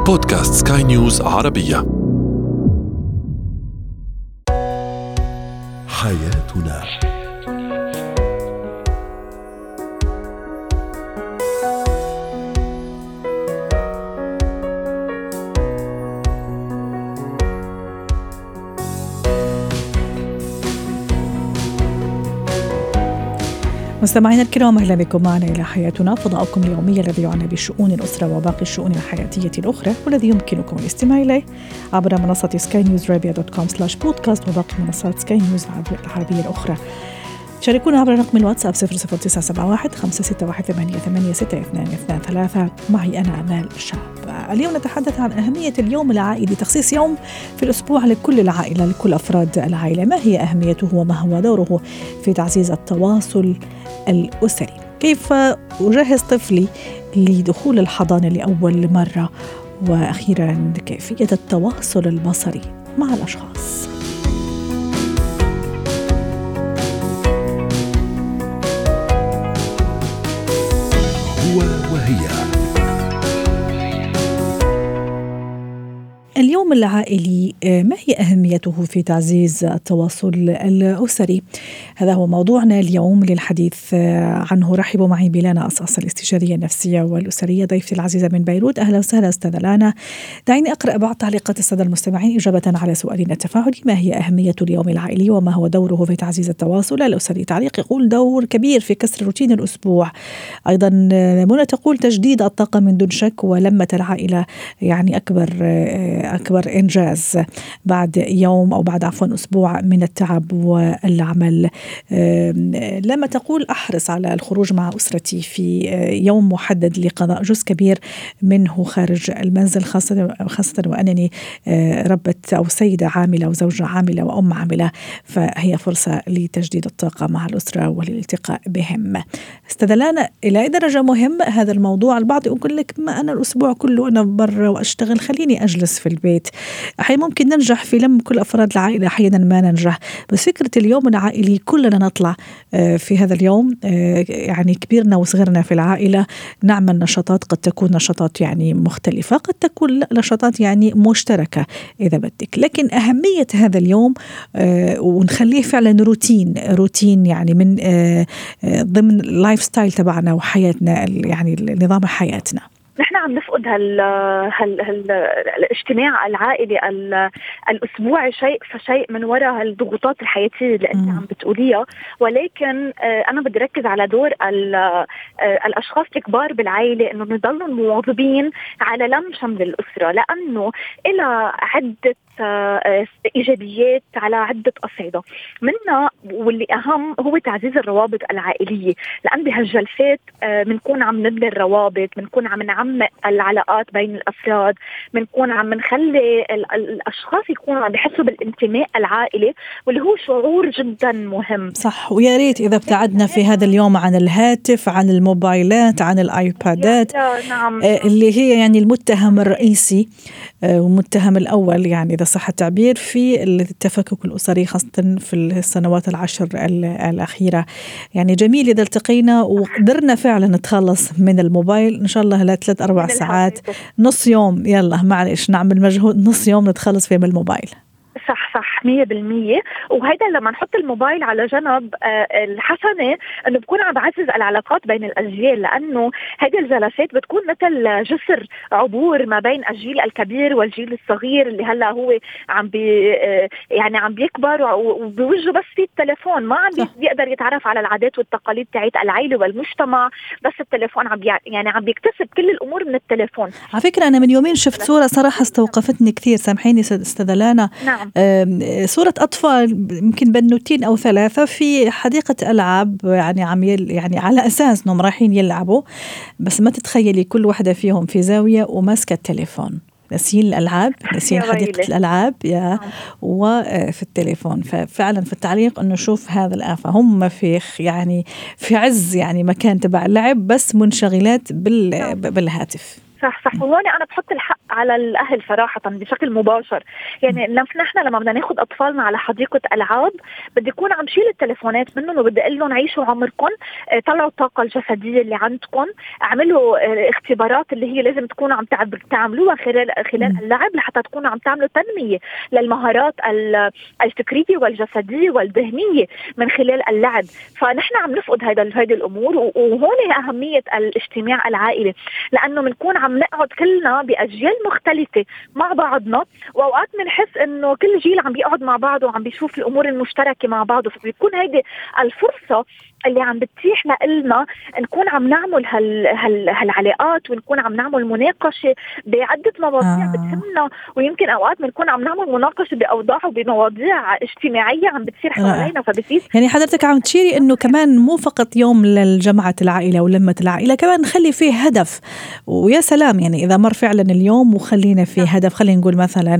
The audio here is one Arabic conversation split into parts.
بودكاست سكاي نيوز عربية. حياتنا. مستمعينا الكرام، أهلا بكم معنا إلى حياتنا، فضاؤكم اليومي الذي يعنى بشؤون الأسرة وباقي الشؤون الحياتية الأخرى، والذي يمكنكم الاستماع إليه عبر منصة skynewsarabia.com/podcast وباقي منصات سكاي نيوز العربية الأخرى. شاركونا عبر رقم الواتساب 00971 561 886223. معي أنا أمال شاب. اليوم نتحدث عن أهمية اليوم العائلي، تخصيص يوم في الأسبوع لكل العائلة، لكل أفراد العائلة. ما هي أهميته وما هو دوره في تعزيز التواصل الأسري؟ كيف أجهز طفلي لدخول الحضانة لأول مرة؟ وأخيرا كيفية التواصل البصري مع الأشخاص. اليوم العائلي، ما هي أهميته في تعزيز التواصل الأسري؟ هذا هو موضوعنا اليوم للحديث عنه. رحبوا معي بلانا أصاص، الاستشارية النفسية والأسرية، ضيفتي العزيزة من بيروت. أهلا وسهلا أستاذة لانا. دعيني أقرأ بعض تعليقات السادة المستمعين إجابة على سؤالنا التفاعلي: ما هي أهمية اليوم العائلي وما هو دوره في تعزيز التواصل الأسري؟ تعليق يقول: دور كبير في كسر روتين الأسبوع. أيضا منى تقول: تجديد الطاقة من دون شك، ولمة العائلة يعني أكبر إنجاز بعد يوم أو بعد أسبوع من التعب والعمل. لما تقول: أحرص على الخروج مع أسرتي في يوم محدد لقضاء جزء كبير منه خارج المنزل، خاصة وأنني ربة أو سيدة عاملة وزوجة عاملة وأم عاملة، فهي فرصة لتجديد الطاقة مع الأسرة والالتقاء بهم. استدلانا إلى أي درجة مهم هذا الموضوع؟ البعض يقول لك: ما أنا الأسبوع كله أنا برا وأشتغل، خليني أجلس في البيت. أحيانا ممكن ننجح في لم كل أفراد العائلة، أحيانا ما ننجح، بس فكرة اليوم العائلي كلنا نطلع في هذا اليوم، يعني كبيرنا وصغرنا في العائلة نعمل نشاطات، قد تكون نشاطات يعني مختلفة، قد تكون نشاطات يعني مشتركة إذا بدك، لكن أهمية هذا اليوم ونخليه فعلا روتين يعني من ضمن اللايف ستايل تبعنا وحياتنا، يعني نظام حياتنا. نحن عم نفقد الاجتماع العائلي الأسبوعي شيء فشيء من وراء الضغوطات الحياتية اللي أنت عم بتقوليها، ولكن أنا بدي ركز على دور الأشخاص الكبار بالعائلة، إنه نضلوا مواظبين على لم شمل الأسرة، لأنه إلى عدة إيجابيات على عدة أصعدة. منها واللي أهم هو تعزيز الروابط العائلية، لأن بهالجلسات بنكون عم نبني الروابط، بنكون عم نعمق العلاقات بين الأفراد، بنكون عم نخلي الأشخاص يكونوا عم بيحسوا بالانتماء العائلي، واللي هو شعور جدا مهم. صح، ويا ريت إذا ابتعدنا في هذا اليوم عن الهاتف، عن الموبايلات، عن الآيبادات، نعم. اللي هي يعني المتهم الرئيسي والمتهم الأول، يعني إذا صح التعبير، في التفكك الأسري، خاصة في السنوات 10 الأخيرة. يعني جميل إذا التقينا وقدرنا فعلا نتخلص من الموبايل، إن شاء الله لا 3-4 ساعات، نص يوم، يلا معلش نعمل مجهود، نص يوم نتخلص فيه من الموبايل. صح 100%. وهيدا لما نحط الموبايل على جنب، الحسنة انه بكون عم بعزز العلاقات بين الاجيال، لانه هذه الجلسات بتكون مثل جسر عبور ما بين الجيل الكبير والجيل الصغير، اللي هلا هو عم بيكبر وبوجهه بس في التليفون، ما عم بيقدر يتعرف على العادات والتقاليد تاعت العائلة والمجتمع، بس التليفون عم بيكتسب كل الامور من التليفون. على فكرة انا من يومين شفت صورة صراحة استوقفتني كثير، سامحيني استدلانا. نعم. صورة أطفال يمكن بنوتين أو 3 في حديقة ألعاب، يعني على أساس أنهم رايحين يلعبوا، بس ما تتخيلي كل واحدة فيهم في زاوية وماسكة التليفون، ناسين الألعاب، ناسين حديقة الألعاب وفي التليفون. ففعلا في التعليق أنه شوف هذا الآفة، هم في عز يعني مكان تبع اللعب، بس منشغلات بالهاتف. صح. وهون أنا بحط الحق على الأهل صراحة بشكل مباشر. يعني نحن لما بدنا ناخد أطفالنا على حديقة ألعاب بدي يكون عم شيل التليفونات منهم وبدي أقول لهم عيشوا عمركم، طلعوا الطاقة الجسدية اللي عندكم، اعملوا اختبارات اللي هي لازم تكونوا عم تعملوها خلال اللعب لحتى تكونوا عم تعملوا تنمية للمهارات الفكرية والجسدية والذهنية من خلال اللعب. فنحن عم نفقد هيدي الأمور، وهون أهمية الاجتماع العائلي، لأنه بنكون عم نقعد كلنا بأجيال مختلفة مع بعضنا، وأوقات بنحس إنه كل جيل عم بيقعد مع بعضه وعم بيشوف الأمور المشتركة مع بعضه، فبيكون هيدي الفرصة اللي عم بتتيح لنا نكون عم نعمل هالعلاقات ونكون عم نعمل مناقشة بعدة مواضيع بتهمنا، ويمكن أوقات بنكون عم نعمل مناقشة بأوضاع وبمواضيع اجتماعية عم بتصير حوالينا. فبصير يعني حضرتك عم تشيري إنه كمان مو فقط يوم للجمعة العائلة ولمة العائلة، كمان نخلي فيه هدف. ويا سلام يعني إذا مر فعلا اليوم وخلينا فيه هدف، خلينا نقول مثلا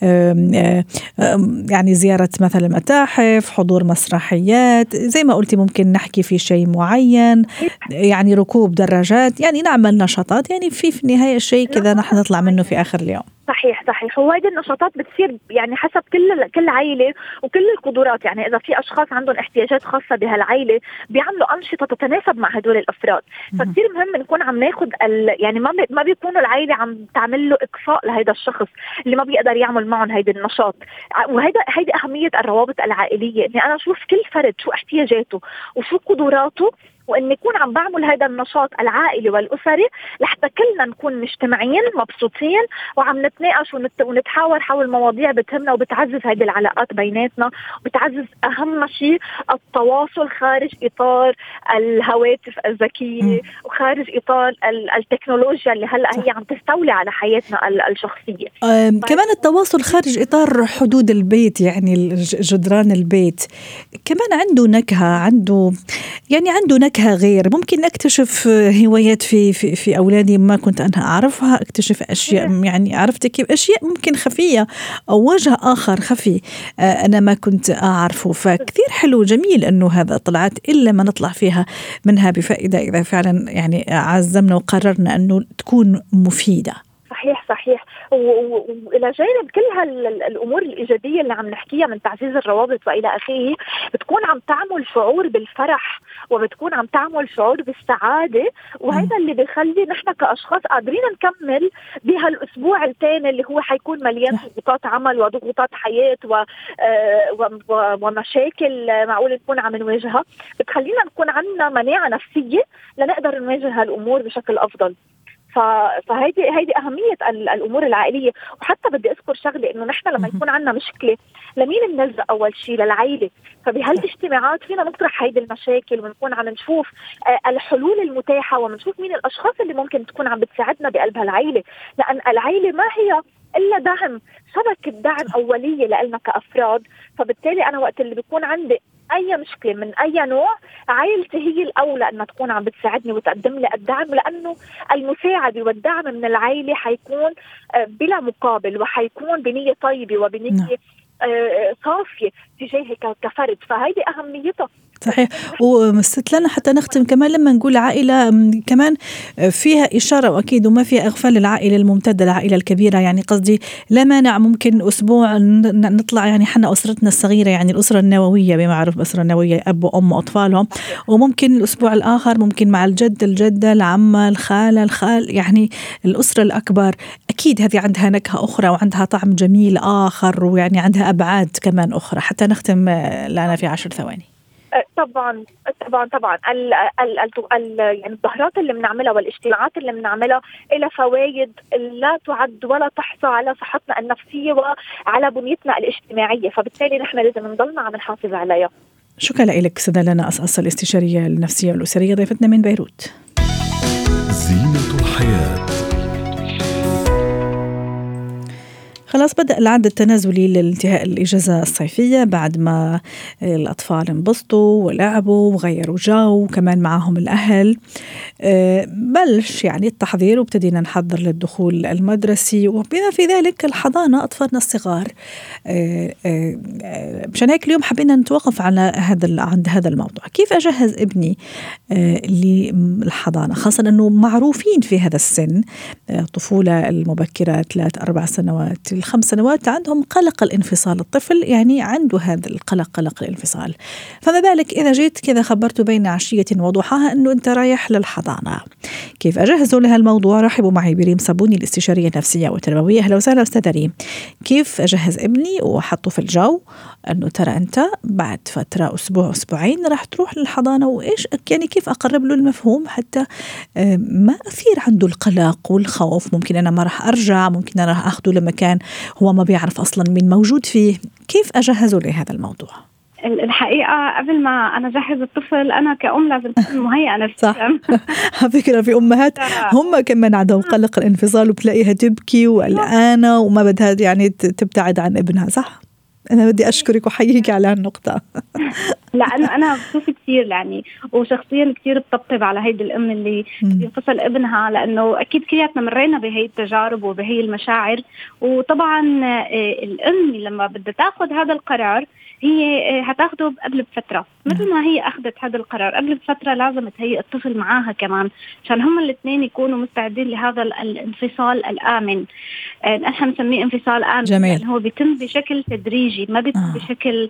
يعني زيارة مثلا متاحف، حضور مسرحيات زي ما قلتي، ممكن نحكي في شيء معين، يعني ركوب دراجات، يعني نعمل نشاطات، يعني في النهاية شيء كذا نحن نطلع منه في آخر اليوم. صحيح. هو هذه النشاطات بتصير يعني حسب كل عائلة وكل القدرات. يعني إذا في أشخاص عندهم احتياجات خاصة بهالعائلة بيعملوا أنشطة تتناسب مع هدول الأفراد. فكثير مهم نكون عم ناخد يعني ما بيكونوا العائلة عم تعمل له إقصاء لهذا الشخص اللي ما بيقدر يعمل معهم هيدا النشاط. هيدي أهمية الروابط العائلية، إني أنا أشوف كل فرد شو احتياجاته وشو قدراته، وإن نكون عم بعمل هذا النشاط العائلي والأسري لحتى كلنا نكون مجتمعين مبسوطين وعم نتناقش ونتحاور حول مواضيع بتهمنا وبتعزز هذه العلاقات بيناتنا، وبتعزز أهم شيء التواصل خارج إطار الهواتف الذكية وخارج إطار التكنولوجيا اللي هلأ هي عم تستولي على حياتنا الشخصية. كمان التواصل خارج إطار حدود البيت، يعني جدران البيت كمان عنده نكهة، عنده نكهة غير. ممكن أكتشف هوايات في أولادي ما كنت أنا أعرفها، أكتشف أشياء يعني عرفت كيف، أشياء ممكن خفية أو وجه آخر خفي أنا ما كنت أعرفه. فكثير حلو جميل أنه هذا طلعت إلا ما نطلع فيها منها بفائدة إذا فعلا يعني عزمنا وقررنا أنه تكون مفيدة. صحيح. وإلى جانب كل الأمور الإيجابية اللي عم نحكيها من تعزيز الروابط وإلى آخره، بتكون عم تعمل شعور بالفرح وبتكون عم تعمل شعور بالسعادة، وهذا اللي بيخلي نحن كأشخاص قادرين نكمل بهالأسبوع الثاني اللي هو حيكون مليان ضغوطات عمل وضغوطات حياة ومشاكل معقول نكون عم نواجهها، بتخلينا نكون عندنا مناعة نفسية لنقدر نواجه هالأمور بشكل أفضل. فهيدي أهمية الأمور العائلية. وحتى بدي أذكر شغلة، إنه نحن لما يكون عنا مشكلة لمين بنلجأ أول شيء؟ للعائلة. فبهالاجتماعات فينا نطرح هيدي المشاكل ونكون عم نشوف الحلول المتاحة، ونشوف مين الأشخاص اللي ممكن تكون عم بتساعدنا بقلب هالعائلة، لأن العائلة ما هي إلا دعم، شبكة دعم أولية لنا كأفراد. فبالتالي أنا وقت اللي بيكون عندي أي مشكلة من أي نوع، عائلتي هي الأولى أنها تكون عم بتساعدني وتقدم لي الدعم، لأنه المساعدة والدعم من العائلة حيكون بلا مقابل، وحيكون بنية طيبة وبنية صافية تجاهي كفرد. فهيدي أهميتها. صحيح. ومست لنا حتى نختم كمان لما نقول عائلة كمان فيها إشارة، وأكيد وما فيها إغفال العائلة الممتدة، العائلة الكبيرة. يعني قصدي لا مانع ممكن أسبوع نطلع، يعني حنا أسرتنا الصغيرة، يعني الأسرة النووية بمعروف الأسرة النووية، أب وأم وأطفالهم، وممكن الأسبوع الآخر ممكن مع الجد الجدة العمة الخالة الخال، يعني الأسرة الأكبر. أكيد هذه عندها نكهة أخرى وعندها طعم جميل آخر، ويعني عندها أبعاد كمان أخرى. حتى نختم لنا في 10 ثواني. طبعا يعني الظهرات اللي بنعملها والاجتماعات اللي بنعملها إلى فوائد لا تعد ولا تحصى على صحتنا النفسية وعلى بنيتنا الاجتماعية. فبالتالي نحن لازم نضلنا عم نحافظ عليها. شكرا لك سدى لنا أساس الاستشارية النفسية والأسرية، ضيفتنا من بيروت. زينة الحياة. خلاص خلاص بدأ العد التنازلي لانتهاء الإجازة الصيفية بعد ما الأطفال انبسطوا ولعبوا وغيروا جو وكمان معهم الأهل. بلش يعني التحضير وابتدينا نحضر للدخول المدرسي، وبما في ذلك الحضانة أطفالنا الصغار. مشان هيك اليوم حبينا نتوقف على عند هذا الموضوع، كيف أجهز ابني للحضانة، خاصة أنه معروفين في هذا السن الطفولة المبكرة 3-4 سنوات 5 سنوات عندهم قلق الانفصال، الطفل يعني عنده هذا القلق، قلق الانفصال. فما بالك إذا جيت كذا خبرته بين عشية وضحاها أنه أنت رايح للحضانة، كيف أجهزه لهالموضوع؟ رحبوا معي بريم صابوني الاستشارية النفسية والتربوية. أهلا وسهلا أستاذ ريم. كيف أجهز ابني وأحطه في الجو أنه ترى أنت بعد فترة أسبوع أسبوعين راح تروح للحضانة، وإيش يعني كيف أقرب له المفهوم حتى ما أثير عنده القلق والخوف، ممكن أنا ما راح أرجع، ممكن أنا راح أخذه لمكان هو ما بيعرف أصلا مين موجود فيه. كيف أجهزه لهذا الموضوع؟ الحقيقة قبل ما أنا أجهز الطفل أنا كأم لازم تكون مهيئة نفسيا. صح. على فكرة في أمهات هم كمان عندهم قلق الانفصال وبتلاقيها تبكي وقلقانة وما بدها يعني تبتعد عن ابنها. صح؟ أنا بدي أشكرك وحييك على هالنقطة. لأنه أنا بشوف كثير يعني وشخصيا كثير بطبطب على هيدي الأم اللي بينفصل ابنها، لأنه أكيد كلياتنا مرينا بهي التجارب وبهي المشاعر. وطبعا الأم لما بدها تاخذ هذا القرار هي هتاخده قبل بفترة، مثل ما هي أخذت هذا القرار قبل بفترة لازم تهيئ الطفل معاها كمان عشان هم الاثنين يكونوا مستعدين لهذا الانفصال الآمن. نحن نسميه انفصال آمن. جميل. هو بيتم بشكل تدريجي، ما بيتم بشكل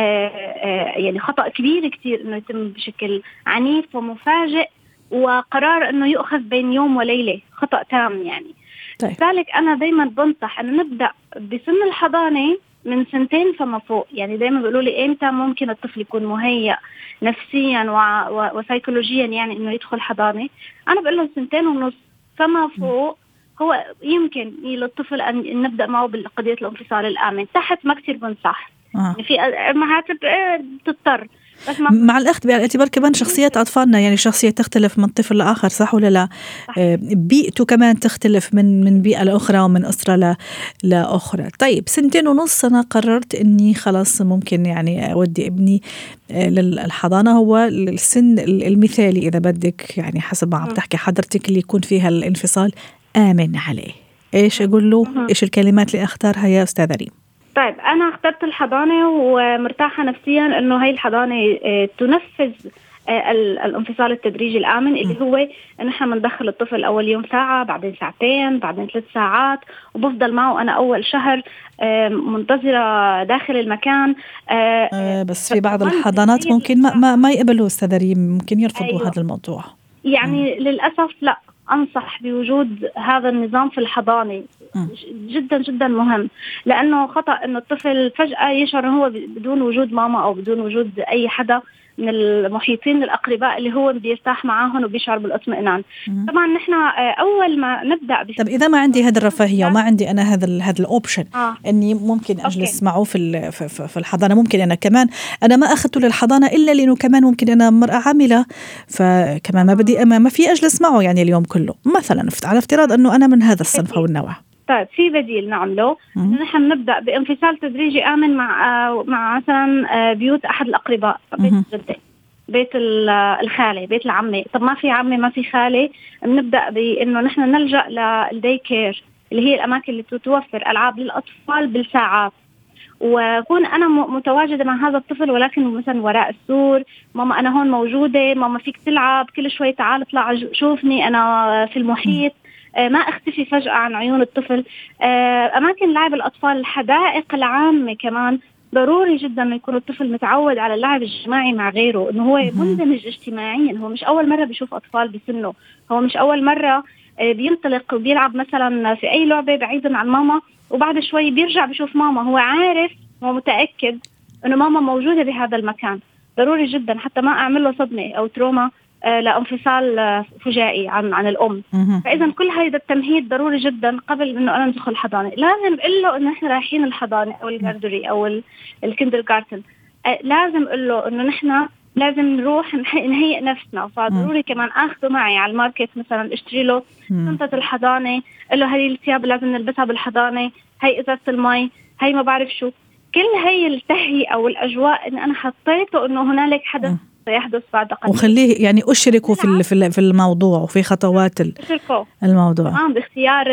يعني خطأ كبير كتير إنه يتم بشكل عنيف ومفاجئ، وقرار إنه يؤخذ بين يوم وليلة، خطأ تام يعني. طيب. لذلك أنا دايما بنصح أن نبدأ بسن الحضانة من 2 فما فوق. يعني دايما بيقولوا لي إمتى ممكن الطفل يكون مهيئ نفسيا وسيكولوجيا يعني إنه يدخل حضانة. أنا بقول له 2.5 فما فوق هو يمكن للطفل أن نبدأ معه بالقضية الانفصال الآمن. تحت ما كتير بنصح. يعني في أمهات بتضطر، بس مع الأخذ باعتبار كمان شخصيات أطفالنا، يعني شخصية تختلف من طفل لآخر، صح ولا لا؟ بيئته كمان تختلف من بيئة لأخرى ومن أسرة لأخرى. طيب 2.5 أنا قررت أني خلاص ممكن يعني أودي ابني للحضانة، هو السن المثالي إذا بدك، يعني حسب ما عم تحكي حضرتك اللي يكون فيها الانفصال آمن عليه. إيش أقول له؟ إيش الكلمات اللي أختارها يا أستاذ ريم؟ طيب أنا اخترت الحضانة ومرتاحة نفسيا إنه هاي الحضانة تنفذ الانفصال التدريجي الآمن، اللي هو إن إحنا بندخل الطفل أول يوم ساعة، بعدين ساعتين، بعدين 3 ساعات، وبفضل معه أنا أول شهر منتظرة داخل المكان. بس في بعض الحضانات ممكن ما يقبلوا أستاذ ريم، ممكن يرفضوا. أيوة. هذا الموضوع يعني للأسف لا، أنصح بوجود هذا النظام في الحضانة. جدا جدا مهم، لأنه خطأ إنه الطفل فجأة يشعر هو بدون وجود ماما أو بدون وجود أي حدا من المحيطين الأقرباء اللي هو بيرتاح معاهم وبيشعر بالاطمئنان. طبعا نحن أول ما نبدأ طب إذا ما عندي هذا الرفاهية وما عندي أنا هذا الأوبشن إني ممكن أجلس معه في الحضانة، ممكن أنا كمان أنا ما أخذته للحضانة إلا لأنه كمان ممكن أنا مرأة عاملة، فكمان ما بدي ما في أجلس معه يعني اليوم كله مثلا، على افتراض أنه أنا من هذا الصنف أو النوع. طيب في بديل نعمله، نحن نبدأ بانفصال تدريجي آمن مع مثلا بيوت أحد الأقرباء، بيت الجدة، بيت الخالة، بيت العمة. طب ما في عمة ما في خالة، نبدأ بإنه نحن نلجأ للداي كير اللي هي الأماكن اللي توفر ألعاب للأطفال بالساعات، وكون أنا متواجدة مع هذا الطفل ولكن مثلا وراء السور، ماما أنا هون موجودة، ماما فيك تلعب، كل شوي تعال اطلع شوفني أنا في المحيط، ما اختفي فجأة عن عيون الطفل. أماكن لعب الأطفال، الحدائق العامة كمان ضروري جدا أن يكون الطفل متعود على اللعب الجماعي مع غيره، أنه هو مندمج اجتماعيا. هو مش أول مرة بيشوف أطفال بسنه، هو مش أول مرة بينطلق وبيلعب مثلا في أي لعبة بعيدا عن ماما وبعد شوي بيرجع بيشوف ماما. هو عارف، هو متأكد أنه ماما موجودة بهذا المكان. ضروري جدا حتى ما أعمل له صدمة أو تروما لانفصال فجائي عن الأم. فإذا كل هذا التمهيد ضروري جدا قبل إنه أنا ندخل الحضانة. لازم أقول له إنه إحنا رايحين الحضانة أو الجاردري أو الكندرغارتن، لازم أقول له إنه نحن لازم نروح نهيئ نفسنا. فضروري كمان اخذه معي على الماركت، مثلا اشتري له شنطة الحضانة، قل له هاي الثياب لازم نلبسها بالحضانة، هاي ازازة المي، هاي ما بعرف شو، كل هاي التهيئة والأجواء إن أنا حطيته إنه هنالك حدث سيحدث بعد قليل، وخليه يعني أشركه في الموضوع وفي خطوات الموضوع. باختيار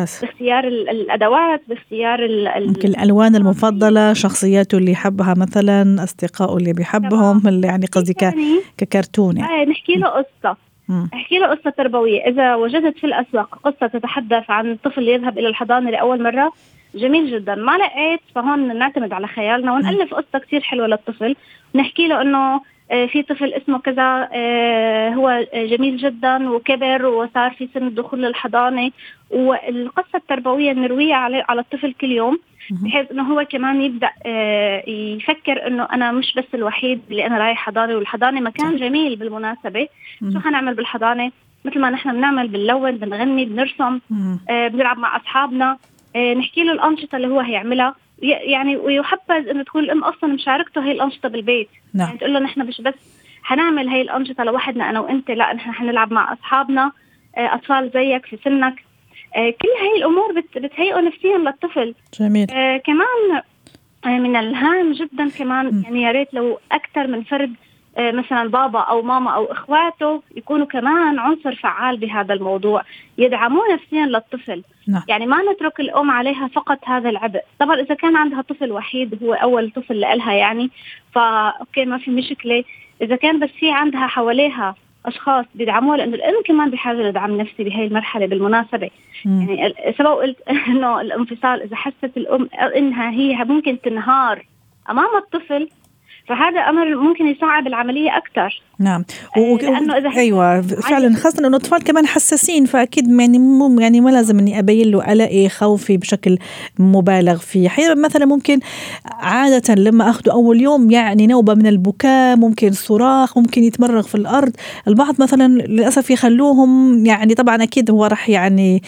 الأدوات، باختيار ممكن الألوان المفضلة، شخصياته اللي يحبها مثلا، أصدقائه اللي بيحبهم، اللي يعني قصدي ككرتون يعني. نحكي له قصة، احكي له قصة تربوية. إذا وجدت في الأسواق قصة تتحدث عن الطفل يذهب إلى الحضانة لأول مرة، جميل جدا. ما لقيت، فهون نعتمد على خيالنا ونألف قصة كتير حلوة للطفل، نحكي له إنه في طفل اسمه كذا، هو جميل جدا وكبر وصار في سن الدخول للحضانة، والقصة التربوية نرويها على الطفل كل يوم، بحيث إنه هو كمان يبدأ يفكر إنه أنا مش بس الوحيد اللي أنا رايح حضانة، والحضانة مكان جميل بالمناسبة. شو هنعمل بالحضانة؟ مثل ما نحن بنعمل، بنلون، بنغني، بنرسم، بنلعب مع أصحابنا، نحكي له الأنشطة اللي هو هيعملها يعني. ويحبذ إنه تكون الأم أصلا مشاركته هاي الأنشطة بالبيت. يعني تقول له نحن مش بس هنعمل هاي الأنشطة لوحدنا أنا وإنت، لا نحن هنلعب مع أصحابنا، أطفال زيك في سنك. كل هاي الأمور بتهيئه نفسيا للطفل. جميل. كمان من الهام جدا كمان يعني يا ريت لو أكثر من فرد، مثلا بابا أو ماما أو إخواته يكونوا كمان عنصر فعال بهذا الموضوع، يدعموه نفسيا للطفل. يعني ما نترك الأم عليها فقط هذا العبء. طبعا إذا كان عندها طفل وحيد هو أول طفل لها يعني، فأوكي ما في مشكلة. إذا كان بس في عندها حواليها أشخاص بيدعموها، لأنه الأم كمان بحاجة لدعم نفسي بهاي المرحلة بالمناسبة. يعني سبق قلت إنه الانفصال، إذا حست الأم إنها هي ممكن تنهار أمام الطفل، فهذا أمر ممكن يصعب العملية أكثر. نعم. أيوة فعلا، خاصة إنه الأطفال كمان حساسين، فأكيد يعني ما لازم إني أبين له قلقي خوفي بشكل مبالغ فيه. حين مثلا ممكن عادة لما أخده أول يوم يعني نوبة من البكاء، ممكن صراخ، ممكن يتمرغ في الأرض. البعض مثلا للأسف يخلوهم يعني، طبعا أكيد هو رح يعني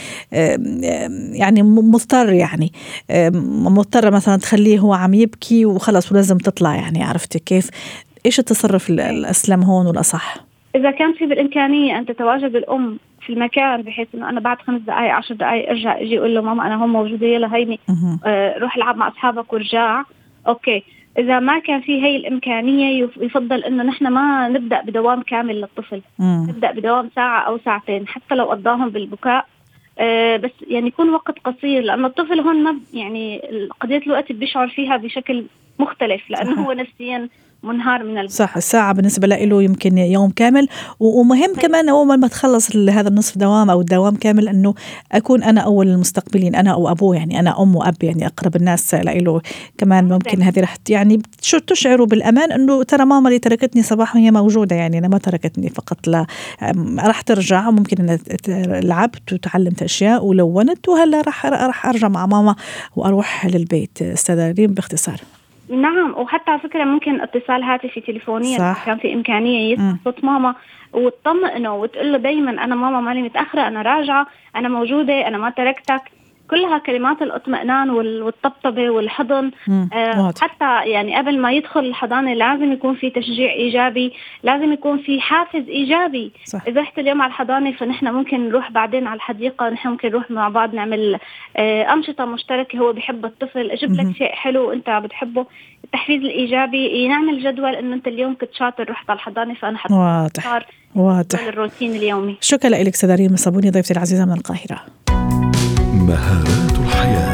مضطر يعني مضطر مثلا تخليه هو عم يبكي وخلص ولازم تطلع يعني. عرفتي كيف؟ إيش التصرف الأسلم هون والأصح؟ إذا كان في بالإمكانية أن تتواجد الأم في المكان، بحيث إنه أنا بعد 5 دقائق 10 دقائق أرجع أجي أقول له ماما أنا هون موجودة، يلا هيني روح العب مع أصحابك ورجع. أوكي. إذا ما كان في هاي الإمكانية، يفضل إنه نحن ما نبدأ بدوام كامل للطفل، نبدأ بدوام ساعة أو ساعتين، حتى لو قضاهم بالبكاء، بس يعني يكون وقت قصير، لأن الطفل هون ما يعني قضية الوقت بيشعر فيها بشكل مختلف، لأنه هو نفسيا منهار من صح. الساعة بالنسبة له يمكن يوم كامل. ومهم كمان أول ما تخلص هذا النصف دوام أو الدوام كامل، أنه أكون أنا أول المستقبلين، أنا أو أبوه يعني، أنا أم وأب يعني أقرب الناس له كمان. ممكن هذه رح يعني تشعروا بالأمان، أنه ترى ماما اللي تركتني صباحا هي موجودة، يعني أنا ما تركتني فقط، لا رح ترجع، ممكن أن لعبت وتعلمت أشياء ولونت، وهلا رح أرجع مع ماما وأروح للبيت. أستاذة ريم باختصار. نعم. وحتى على فكرة ممكن اتصال هاتفي تليفونيا، كان في إمكانية يسمع صوت ماما وتطمئنه وتقول له دايما أنا ماما مالي متأخرة، أنا راجعة، أنا موجودة، أنا ما تركتك. كلها كلمات الاطمئنان والطبطبة والحضن. حتى يعني قبل ما يدخل الحضانة لازم يكون في تشجيع إيجابي، لازم يكون في حافز إيجابي. صح. إذا رحت اليوم على الحضانة، فنحن ممكن نروح بعدين على الحديقة، نحن ممكن نروح مع بعض نعمل أنشطة مشتركة. هو بيحب الطفل، أجيب لك شيء حلو أنت بتحبه. التحفيز الإيجابي، نعمل جدول إنه أنت اليوم كنت شاطر رحت على الحضانة، فأنا واضح الروتين اليومي. شكرا لك أستاذة ريم صابوني، ضيفتي العزيزة من القاهرة. مهارات الحياة.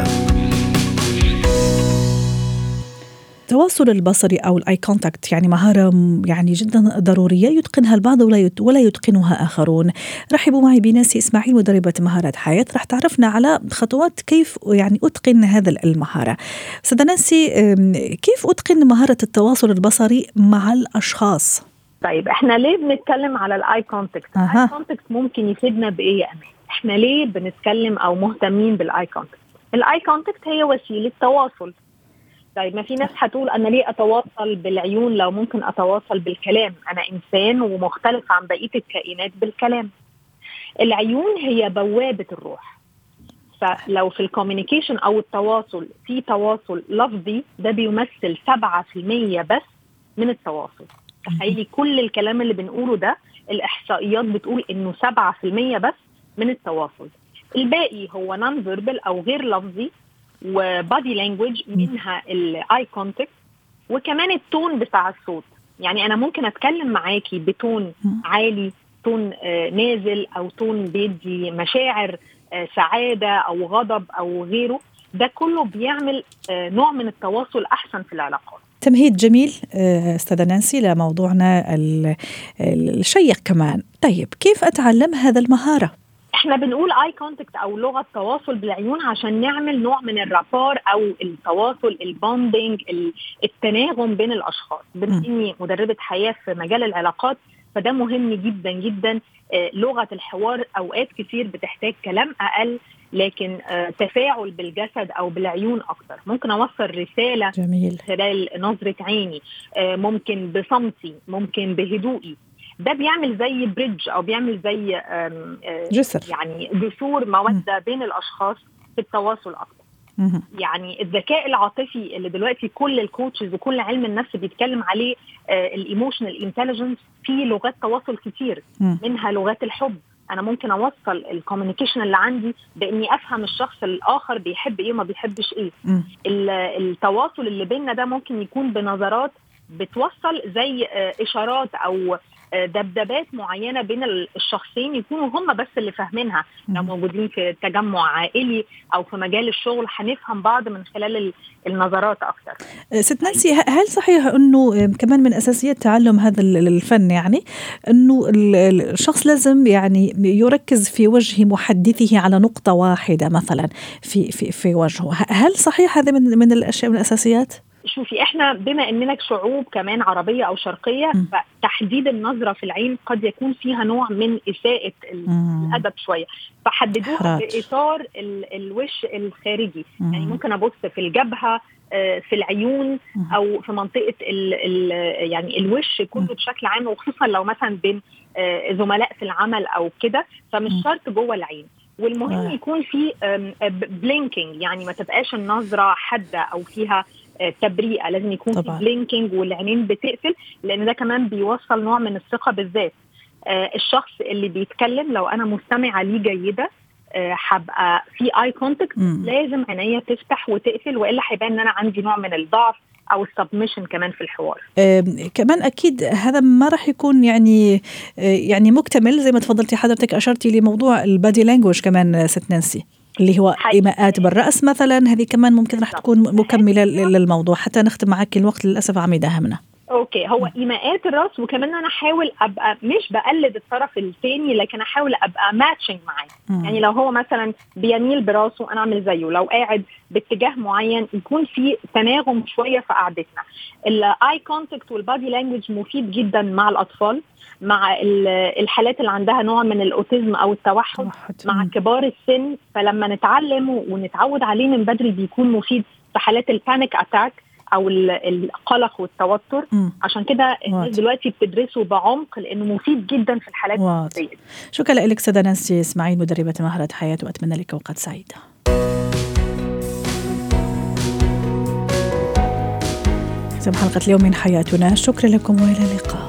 التواصل البصري أو الآي كونتاكت يعني مهارة يعني جدا ضرورية يتقنها البعض ولا يتقنها آخرون. رحبوا معي بنانسي إسماعيل، مدربة مهارات حياة، رح تعرفنا على خطوات كيف يعني أتقن هذا المهارة. أستاذة نانسي، كيف أتقن مهارة التواصل البصري مع الأشخاص؟ طيب احنا ليه بنتكلم على الآي كونتاكت؟ الآي كونتاكت ممكن يفيدنا بإيه يا أمان؟ احنا ليه بنتكلم أو مهتمين بالآي كونتاكت؟ الآي كونتاكت هي وسيلة تواصل. طيب ما في ناس هتقول أنا ليه أتواصل بالعيون لو ممكن أتواصل بالكلام؟ أنا إنسان ومختلف عن بقية الكائنات بالكلام. العيون هي بوابة الروح. فلو في الكوميونيكيشن أو التواصل في تواصل لفظي، ده بيمثل 7% بس من التواصل. تخيلي كل الكلام اللي بنقوله ده الإحصائيات بتقول إنه 7% بس من التواصل، الباقي هو نون فيربال أو غير لفظي وبادي لانجويج، منها الاي كونتاكت وكمان التون بتاع الصوت. يعني أنا ممكن أتكلم معاكي بتون عالي، تون نازل، أو تون بيدي مشاعر سعادة أو غضب أو غيره، ده كله بيعمل نوع من التواصل أحسن في العلاقات. تمهيد جميل أستاذة نانسي لموضوعنا الشيق كمان. طيب كيف أتعلم هذا المهارة؟ احنا بنقول اي كونتاكت او لغه تواصل بالعيون عشان نعمل نوع من الرابور او التواصل، البوندينج، التناغم بين الاشخاص. بما اني مدربه حياه في مجال العلاقات فده مهم جدا جدا. لغه الحوار اوقات كتير بتحتاج كلام اقل لكن تفاعل بالجسد او بالعيون اكتر. ممكن اوصل رساله جميل. خلال نظره عيني، ممكن بصمتي، ممكن بهدوئي. ده بيعمل زي بريدج او بيعمل زي جسر، يعني جسور موده بين الاشخاص في التواصل اكتر. يعني الذكاء العاطفي اللي دلوقتي كل الكوتشز وكل علم النفس بيتكلم عليه، الايموشنال انتليجنس، في لغات تواصل كتير منها لغات الحب. انا ممكن اوصل الكوميونيكيشن اللي عندي باني افهم الشخص الاخر بيحب ايه وما بيحبش ايه. التواصل اللي بيننا ده ممكن يكون بنظرات بتوصل زي اشارات او دبدبات معينة بين الشخصين يكونوا هم بس اللي فاهمينها. لو موجودين في تجمع عائلي أو في مجال الشغل هنفهم بعض من خلال النظرات أكتر. ست نانسي، هل صحيح أنه كمان من أساسيات تعلم هذا الفن يعني أنه الشخص لازم يعني يركز في وجه محدثه على نقطة واحدة مثلا في وجهه؟ هل صحيح هذا من الأشياء من الأساسيات؟ شوفي، احنا بما اننا شعوب كمان عربية او شرقية فتحديد النظرة في العين قد يكون فيها نوع من إساءة الأدب شوية، فحددوها بإطار الوش الخارجي. يعني ممكن أبص في الجبهة، في العيون، أو في منطقة يعني الوش كله بشكل عام، وخصوصا لو مثلا بين زملاء في العمل أو كده، فمش شرط جوه العين. والمهم يكون في بلينكينج، يعني ما تبقاش النظرة حادة أو فيها تبريئة، لازم يكون في بلينكينج والعينين بتقفل، لأن ده كمان بيوصل نوع من الثقة بالذات. الشخص اللي بيتكلم لو أنا مستمعة ليه جيدة هبقى في اي كونتاكت، لازم عينيا تفتح وتقفل، وإلا هيبان أن أنا عندي نوع من الضعف أو السبمشن كمان في الحوار. كمان أكيد هذا ما راح يكون يعني مكتمل زي ما تفضلتي حضرتك، أشرتي لموضوع البادي لانجويج كمان ست نانسي، اللي هو إيماءات بالرأس مثلا، هذه كمان ممكن راح تكون مكملة للموضوع حتى نختم معك. الوقت للأسف عم يداهمنا. اوكي، هو إيماءات الرأس، وكمان انا احاول ابقى مش بقلد الطرف الثاني، لكن احاول ابقى ماتشنج معاه. يعني لو هو مثلا بيميل براسه انا اعمل زيه، لو قاعد باتجاه معين يكون في تناغم شويه في قعدتنا. الاي كونتاكت والبادي لانجويج مفيد جدا مع الاطفال، مع الحالات اللي عندها نوع من الاوتيزم او التوحد، مع كبار السن. فلما نتعلم ونتعود عليه من بدري بيكون مفيد في حالات البانيك اتاك او القلق والتوتر. عشان كده الناس دلوقتي بتدرسه بعمق لانه مفيد جدا في الحالات النفسيه. شكرا لك سيدة نانسي اسماعيل، مدربة مهارات حياة، واتمنى لك اوقات سعيدة. ختام حلقة اليوم من حياتنا، شكرا لكم والى اللقاء.